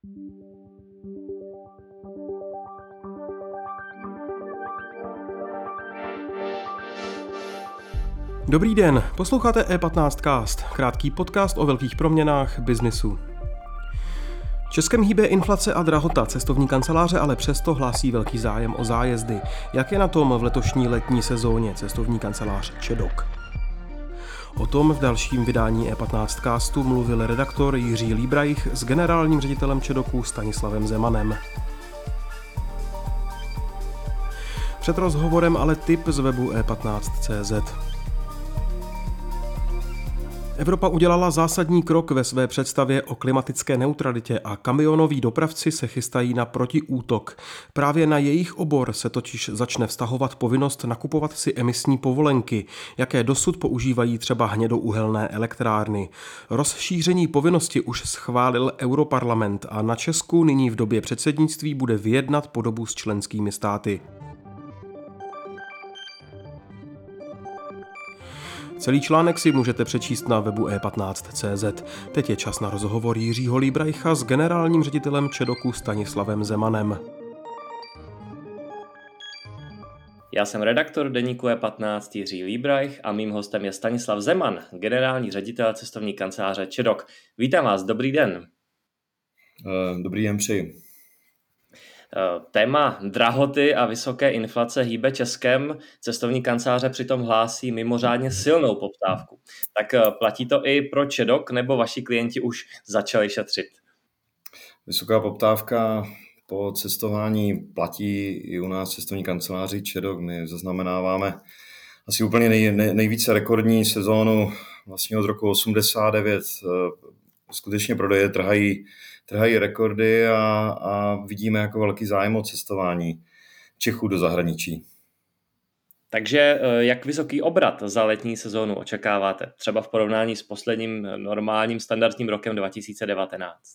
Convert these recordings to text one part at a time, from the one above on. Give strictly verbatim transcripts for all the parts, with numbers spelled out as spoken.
Dobrý den, posloucháte E patnáct Cast, krátký podcast o velkých proměnách biznisu. Českem hýbe inflace a drahota, cestovní kanceláře ale přesto hlásí velký zájem o zájezdy. Jak je na tom v letošní letní sezóně cestovní kancelář Čedok? O tom v dalším vydání E patnáct Castu mluvil redaktor Jiří Líbrajch s generálním ředitelem Čedoku Stanislavem Zemanem. Před rozhovorem ale tip z webu E patnáct tečka cé zet. Evropa udělala zásadní krok ve své představě o klimatické neutralitě a kamionoví dopravci se chystají na protiútok. Právě na jejich obor se totiž začne vztahovat povinnost nakupovat si emisní povolenky, jaké dosud používají třeba hnědouhelné elektrárny. Rozšíření povinnosti už schválil Europarlament a na Česku nyní v době předsednictví bude vyjednat podobu s členskými státy. Celý článek si můžete přečíst na webu E patnáct tečka cé zet. Teď je čas na rozhovor Jiřího Líbrajcha s generálním ředitelem Čedoku Stanislavem Zemanem. Já jsem redaktor deníku E patnáct Jiří Líbrajch a mým hostem je Stanislav Zeman, generální ředitel cestovní kanceláře Čedok. Vítám vás, dobrý den. Dobrý den, přeji. Téma drahoty a vysoké inflace hýbe Českem. Cestovní kanceláře přitom hlásí mimořádně silnou poptávku. Tak platí to i pro Čedok, nebo vaši klienti už začali šetřit? Vysoká poptávka po cestování platí i u nás cestovní kanceláři Čedok. My zaznamenáváme asi úplně nej, nej, nejvíce rekordní sezónu vlastně od roku osmdesát devět. Skutečně prodeje trhají, trhají rekordy a, a vidíme jako velký zájem o cestování Čechů do zahraničí. Takže jak vysoký obrat za letní sezónu očekáváte? Třeba v porovnání s posledním normálním standardním rokem dva tisíce devatenáct?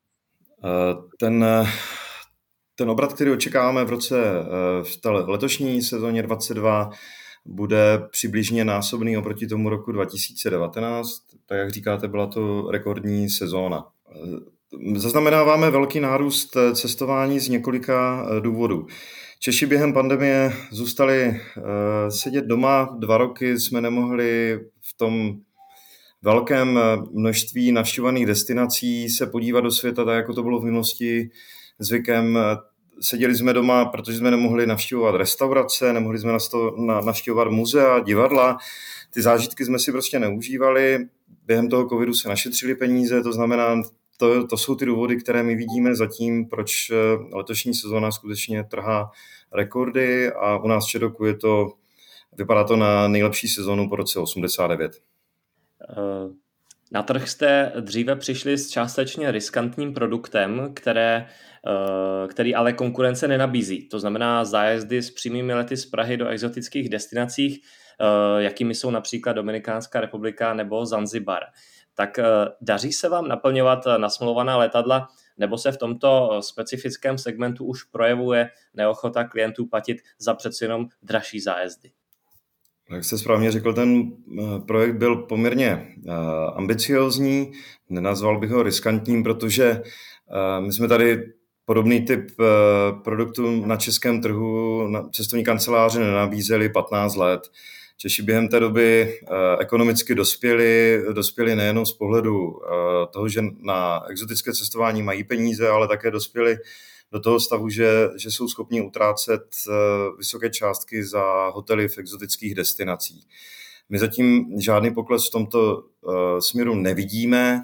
Ten, ten obrat, který očekáváme v roce v té letošní sezóně dvacet dva, bude přibližně násobný oproti tomu roku dva tisíce devatenáct. Tak jak říkáte, byla to rekordní sezóna. Zaznamenáváme velký nárůst cestování z několika důvodů. Češi během pandemie zůstali sedět doma. Dva roky jsme nemohli v tom velkém množství navštěvovaných destinací se podívat do světa, tak jako to bylo v minulosti zvykem. Seděli jsme doma, protože jsme nemohli navštěvovat restaurace, nemohli jsme navštěvovat muzea, divadla. Ty zážitky jsme si prostě neužívali. Během toho covidu se našetřili peníze, to znamená, to, to jsou ty důvody, které my vidíme zatím, proč letošní sezóna skutečně trhá rekordy a u nás v Čedoku je to, vypadá to na nejlepší sezónu po roce osmdesát devět. Uh... Na trh jste dříve přišli s částečně riskantním produktem, které, který ale konkurence nenabízí. To znamená zájezdy s přímými lety z Prahy do exotických destinacích, jakými jsou například Dominikánská republika nebo Zanzibar. Tak daří se vám naplňovat nasmlouvaná letadla, nebo se v tomto specifickém segmentu už projevuje neochota klientů platit za přeci jenom dražší zájezdy? Jak jste správně řekl, ten projekt byl poměrně ambiciózní, nenazval bych ho riskantním, protože my jsme tady podobný typ produktů na českém trhu, na cestovní kanceláře nenabízeli patnáct let. Češi během té doby ekonomicky dospěli, dospěli nejenom z pohledu toho, že na exotické cestování mají peníze, ale také dospěli do toho stavu, že, že jsou schopni utrácet vysoké částky za hotely v exotických destinacích. My zatím žádný pokles v tomto směru nevidíme.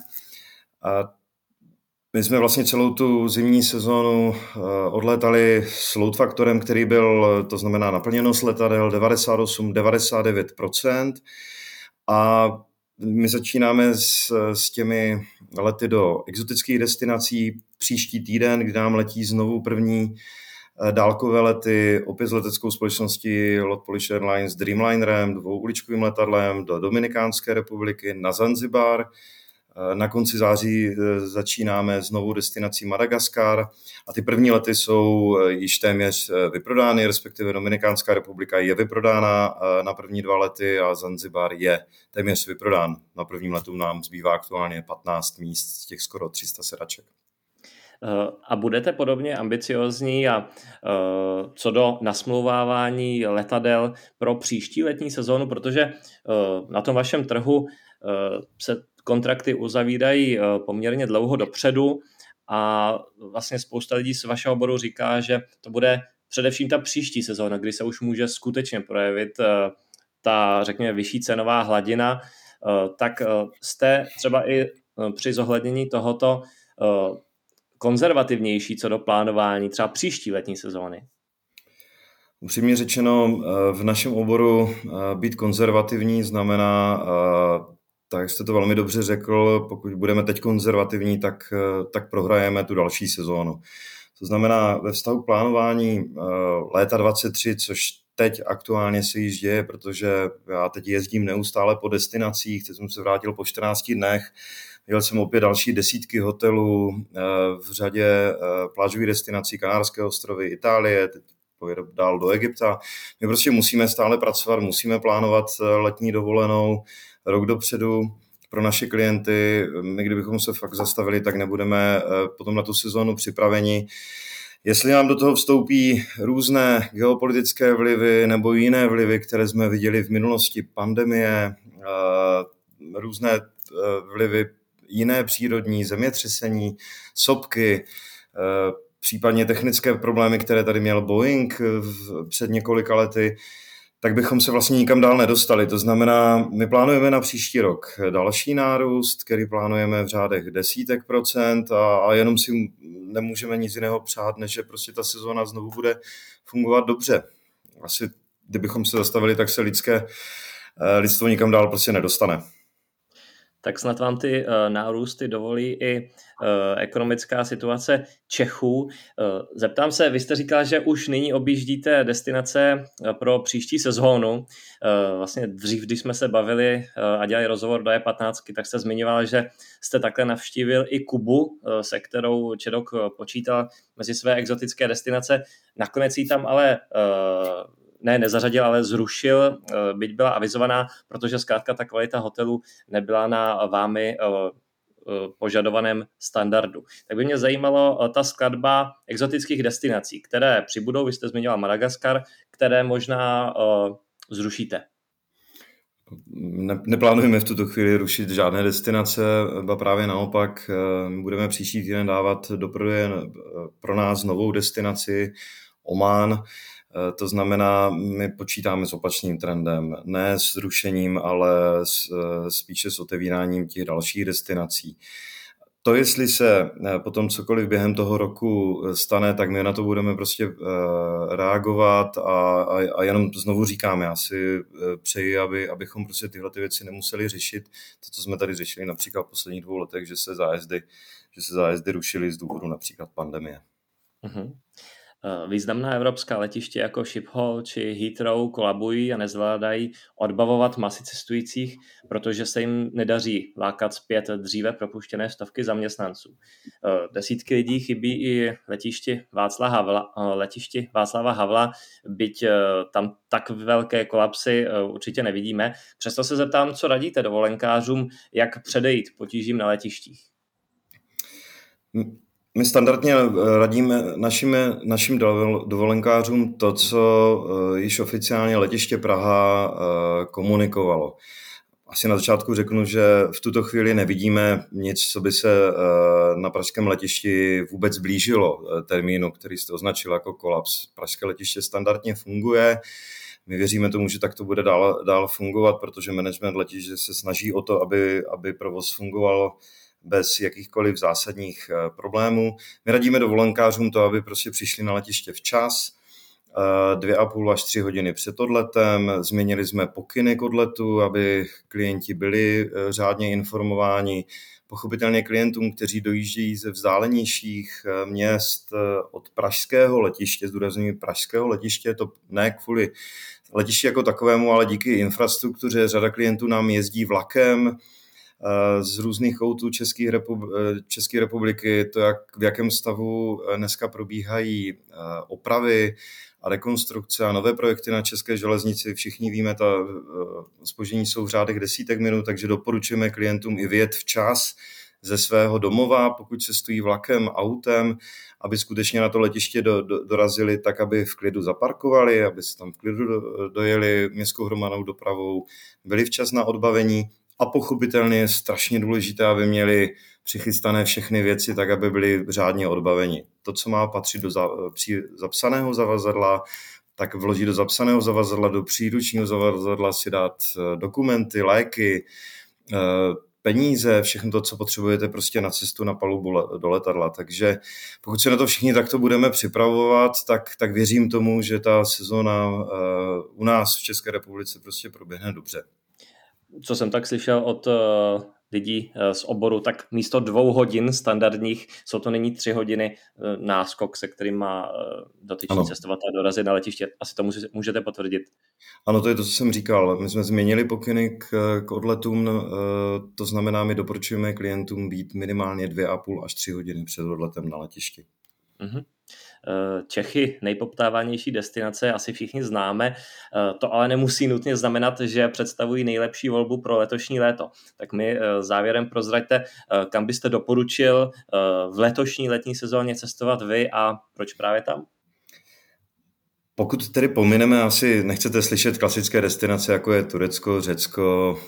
My jsme vlastně celou tu zimní sezónu odlétali s load faktorem, který byl, to znamená naplněnost letadel devadesát osm až devadesát devět procent a my začínáme s, s těmi lety do exotických destinací příští týden, kdy nám letí znovu první dálkové lety, opět s leteckou společností Lot Polish Airlines Dreamlinerem, dvouuličkovým letadlem do Dominikánské republiky, na Zanzibar. Na konci září začínáme s novou destinací Madagaskar a ty první lety jsou již téměř vyprodány, respektive Dominikánská republika je vyprodána na první dva lety a Zanzibar je téměř vyprodán. Na prvním letu nám zbývá aktuálně patnáct míst z těch skoro tři sta sedaček. A budete podobně ambiciozní a co do nasmlouvávání letadel pro příští letní sezónu, protože na tom vašem trhu se kontrakty uzavírají poměrně dlouho dopředu a vlastně spousta lidí z vašeho oboru říká, že to bude především ta příští sezóna, kdy se už může skutečně projevit ta, řekněme, vyšší cenová hladina, tak jste třeba i při zohlednění tohoto konzervativnější co do plánování třeba příští letní sezóny? Upřímně řečeno, v našem oboru být konzervativní znamená, tak jak jste to velmi dobře řekl, pokud budeme teď konzervativní, tak, tak prohrajeme tu další sezónu. To znamená ve vztahu k plánování léta dvacet tři, což teď aktuálně se již děje, protože já teď jezdím neustále po destinacích, teď jsem se vrátil po čtrnácti dnech, jel jsem opět další desítky hotelů v řadě plážových destinací, Kanárské ostrovy, Itálie, teď pojedu dál do Egypta. My prostě musíme stále pracovat, musíme plánovat letní dovolenou rok dopředu pro naše klienty. My kdybychom se fakt zastavili, tak nebudeme potom na tu sezónu připraveni. Jestli nám do toho vstoupí různé geopolitické vlivy nebo jiné vlivy, které jsme viděli v minulosti, pandemie, různé vlivy jiné přírodní, zemětřesení, sopky, případně technické problémy, které tady měl Boeing před několika lety, tak bychom se vlastně nikam dál nedostali. To znamená, my plánujeme na příští rok další nárůst, který plánujeme v řádech desítek procent a, a jenom si nemůžeme nic jiného přát, než že prostě ta sezóna znovu bude fungovat dobře. Asi kdybychom se zastavili, tak se lidské, lidstvo nikam dál prostě nedostane. Tak snad vám ty uh, nárůsty dovolí i uh, ekonomická situace Čechů. Uh, zeptám se, vy jste říkal, že už nyní objíždíte destinace pro příští sezónu. Uh, vlastně dřív, když jsme se bavili uh, a dělali rozhovor do E patnáct, tak jste zmiňoval, že jste takhle navštívil i Kubu, uh, se kterou Čedok počítal mezi své exotické destinace. Nakonec ji tam ale uh, ne nezařadil, ale zrušil, byť byla avizovaná, protože zkrátka ta kvalita hotelu nebyla na vámi požadovaném standardu. Tak by mě zajímalo ta skladba exotických destinací, které přibudou, vy jste zmiňoval Madagaskar, které možná zrušíte. Ne, neplánujeme v tuto chvíli rušit žádné destinace, a právě naopak budeme příští týden dávat do prodeje pro nás novou destinaci Omán. To znamená, my počítáme s opačným trendem, ne s rušením, ale s, spíše s otevíráním těch dalších destinací. To, jestli se potom cokoliv během toho roku stane, tak my na to budeme prostě reagovat a, a, a jenom znovu říkáme, já si přeji, aby, abychom prostě tyhle ty věci nemuseli řešit. To, co jsme tady řešili například v posledních dvou letech, že se zájezdy, že se zájezdy rušily z důvodu například pandemie. Uh-huh. Významná evropská letiště jako Schiphol či Heathrow kolabují a nezvládají odbavovat masy cestujících, protože se jim nedaří lákat zpět dříve propuštěné stovky zaměstnanců. Desítky lidí chybí i letišti Václava Havla, letišti Václava Havla, byť tam tak velké kolapsy určitě nevidíme. Přesto se zeptám, co radíte dovolenkářům, jak předejít potížím na letištích. My standardně radíme našim, našim dovolenkářům to, co již oficiálně letiště Praha komunikovalo. Asi na začátku řeknu, že v tuto chvíli nevidíme nic, co by se na pražském letišti vůbec blížilo termínu, který jste označil jako kolaps. Pražské letiště standardně funguje. My věříme tomu, že tak to bude dál, dál fungovat, protože management letiště se snaží o to, aby, aby provoz fungoval bez jakýchkoliv zásadních problémů. My radíme dovolenkářům to, aby prostě přišli na letiště včas, dvě a půl až tři hodiny před odletem. Změnili jsme pokyny k odletu, aby klienti byli řádně informováni. Pochopitelně klientům, kteří dojíždějí ze vzdálenějších měst od pražského letiště, zdůrazňuji pražského letiště, to ne kvůli letišti jako takovému, ale díky infrastruktuře. Řada klientů nám jezdí vlakem z různých koutů České republiky, České republiky, to, jak, v jakém stavu dneska probíhají opravy a rekonstrukce a nové projekty na české železnici. Všichni víme, ta zpoždění jsou v řádech desítek minut, takže doporučujeme klientům i vyjet včas, ze svého domova, pokud cestují vlakem, autem, aby skutečně na to letiště do, do, dorazili tak, aby v klidu zaparkovali, aby se tam v klidu do, dojeli městskou hromadnou dopravou, byli včas na odbavení a pochopitelně je strašně důležité, aby měli přichystané všechny věci tak, aby byli řádně odbaveni. To, co má patřit do za, při, zapsaného zavazadla, tak vložit do zapsaného zavazadla, do příručního zavazadla si dát dokumenty, léky, peníze, všechno to, co potřebujete prostě na cestu na palubu do letadla. Takže pokud se na to všichni takto budeme připravovat, tak, tak věřím tomu, že ta sezóna u nás v České republice prostě proběhne dobře. Co jsem tak slyšel od lidí z oboru, tak místo dvou hodin standardních jsou to nyní tři hodiny náskok, se kterým má dotyčný cestovatel dorazit na letiště. Asi to můžete potvrdit. Ano, to je to, co jsem říkal. My jsme změnili pokyny k, k odletům, to znamená, my doporučujeme klientům být minimálně dvě a půl až tři hodiny před odletem na letišti. Mhm. Čechy, nejpoptávanější destinace, asi všichni známe, to ale nemusí nutně znamenat, že představují nejlepší volbu pro letošní léto. Tak mi závěrem prozraďte, kam byste doporučil v letošní letní sezóně cestovat vy a proč právě tam? Pokud tedy pomineme, asi nechcete slyšet klasické destinace, jako je Turecko, Řecko,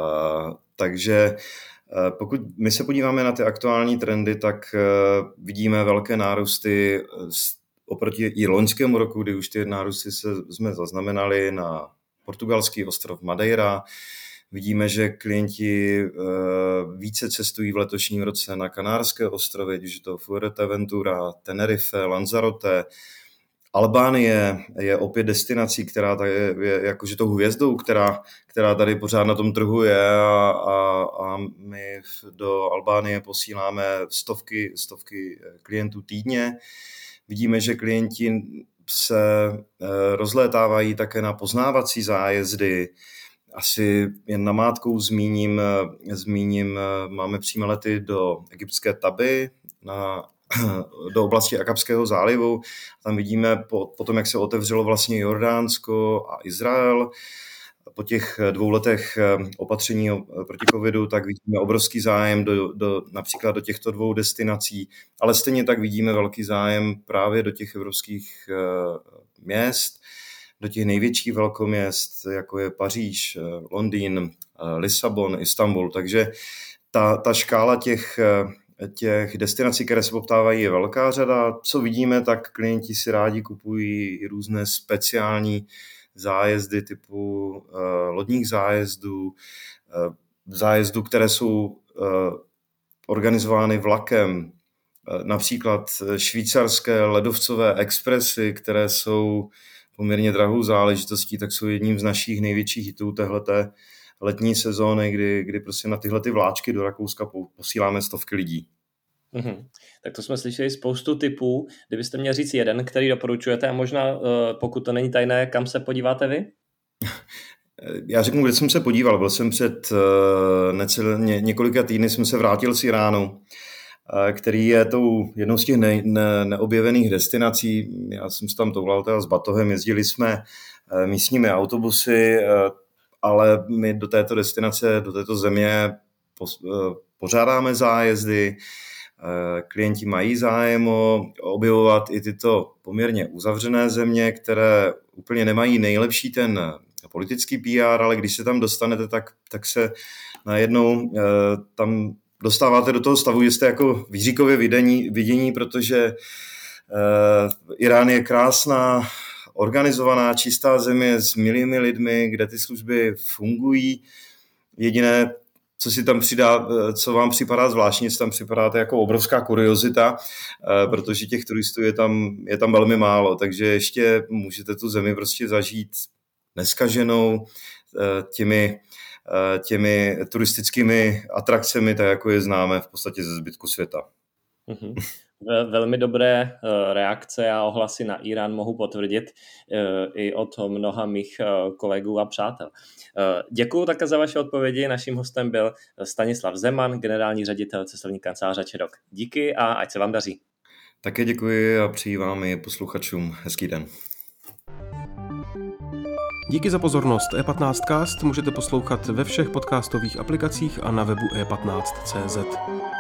takže pokud my se podíváme na ty aktuální trendy, tak vidíme velké nárůsty oproti i loňskému roku, kdy už ty nárůsty se, jsme zaznamenali na portugalský ostrov Madeira. Vidíme, že klienti více cestují v letošním roce na Kanárské ostrovy, když je to Fuerteventura, Tenerife, Lanzarote. Albánie je opět destinací, která je, je jakože tou hvězdou, která, která tady pořád na tom trhu je a, a, a my do Albánie posíláme stovky, stovky klientů týdně. Vidíme, že klienti se rozlétávají také na poznávací zájezdy. Asi jen namátkou zmíním, zmíním máme přímé lety do egyptské Taby, na do oblasti Akabského zálivu. Tam vidíme po, po tom, jak se otevřelo vlastně Jordánsko a Izrael. Po těch dvou letech opatření proti covidu, tak vidíme obrovský zájem do, do, například do těchto dvou destinací, ale stejně tak vidíme velký zájem právě do těch evropských měst, do těch největších velkoměst, jako je Paříž, Londýn, Lisabon, Istanbul. Takže ta, ta škála těch Těch destinací, které se poptávají, je velká řada. Co vidíme, tak klienti si rádi kupují různé speciální zájezdy typu uh, lodních zájezdů, uh, zájezdů, které jsou uh, organizovány vlakem, uh, například švýcarské ledovcové expresy, které jsou poměrně drahou záležitostí, tak jsou jedním z našich největších hitů téhleté letní sezóny, kdy, kdy prostě na tyhle ty vláčky do Rakouska posíláme stovky lidí. Mm-hmm. Tak to jsme slyšeli spoustu typů. Kdybyste měl říct jeden, který doporučujete a možná, pokud to není tajné, kam se podíváte vy? Já řeknu, kde jsem se podíval. Byl jsem před necel, ně, několika týdny, jsem se vrátil z Iránu, který je tou jednou z těch ne, ne, neobjevených destinací. Já jsem se tam toulal teda s batohem, jezdili jsme místními autobusy, ale my do této destinace, do této země pořádáme zájezdy, klienti mají zájem o objevovat i tyto poměrně uzavřené země, které úplně nemají nejlepší ten politický P R, ale když se tam dostanete, tak, tak se najednou tam dostáváte do toho stavu, že jste jako výříkově vidění, vidění, protože Irán je krásná, organizovaná, čistá země s milými lidmi, kde ty služby fungují. Jediné, co si tam přidá, co vám připadá zvláštně, tam připadáte jako obrovská kuriozita, protože těch turistů je tam, je tam velmi málo, takže ještě můžete tu zemi prostě zažít neskaženou těmi, těmi turistickými atrakcemi, tak jako je známe v podstatě ze zbytku světa. Mm-hmm. Velmi dobré reakce a ohlasy na Irán mohu potvrdit i od mnoha mých kolegů a přátel. Děkuju také za vaše odpovědi. Naším hostem byl Stanislav Zeman, generální ředitel cestovní kanceláře Čedok. Díky a ať se vám daří. Také děkuji a přeji vám i posluchačům hezký den. Díky za pozornost. E patnáct cast můžete poslouchat ve všech podcastových aplikacích a na webu e patnáct tečka cé zet.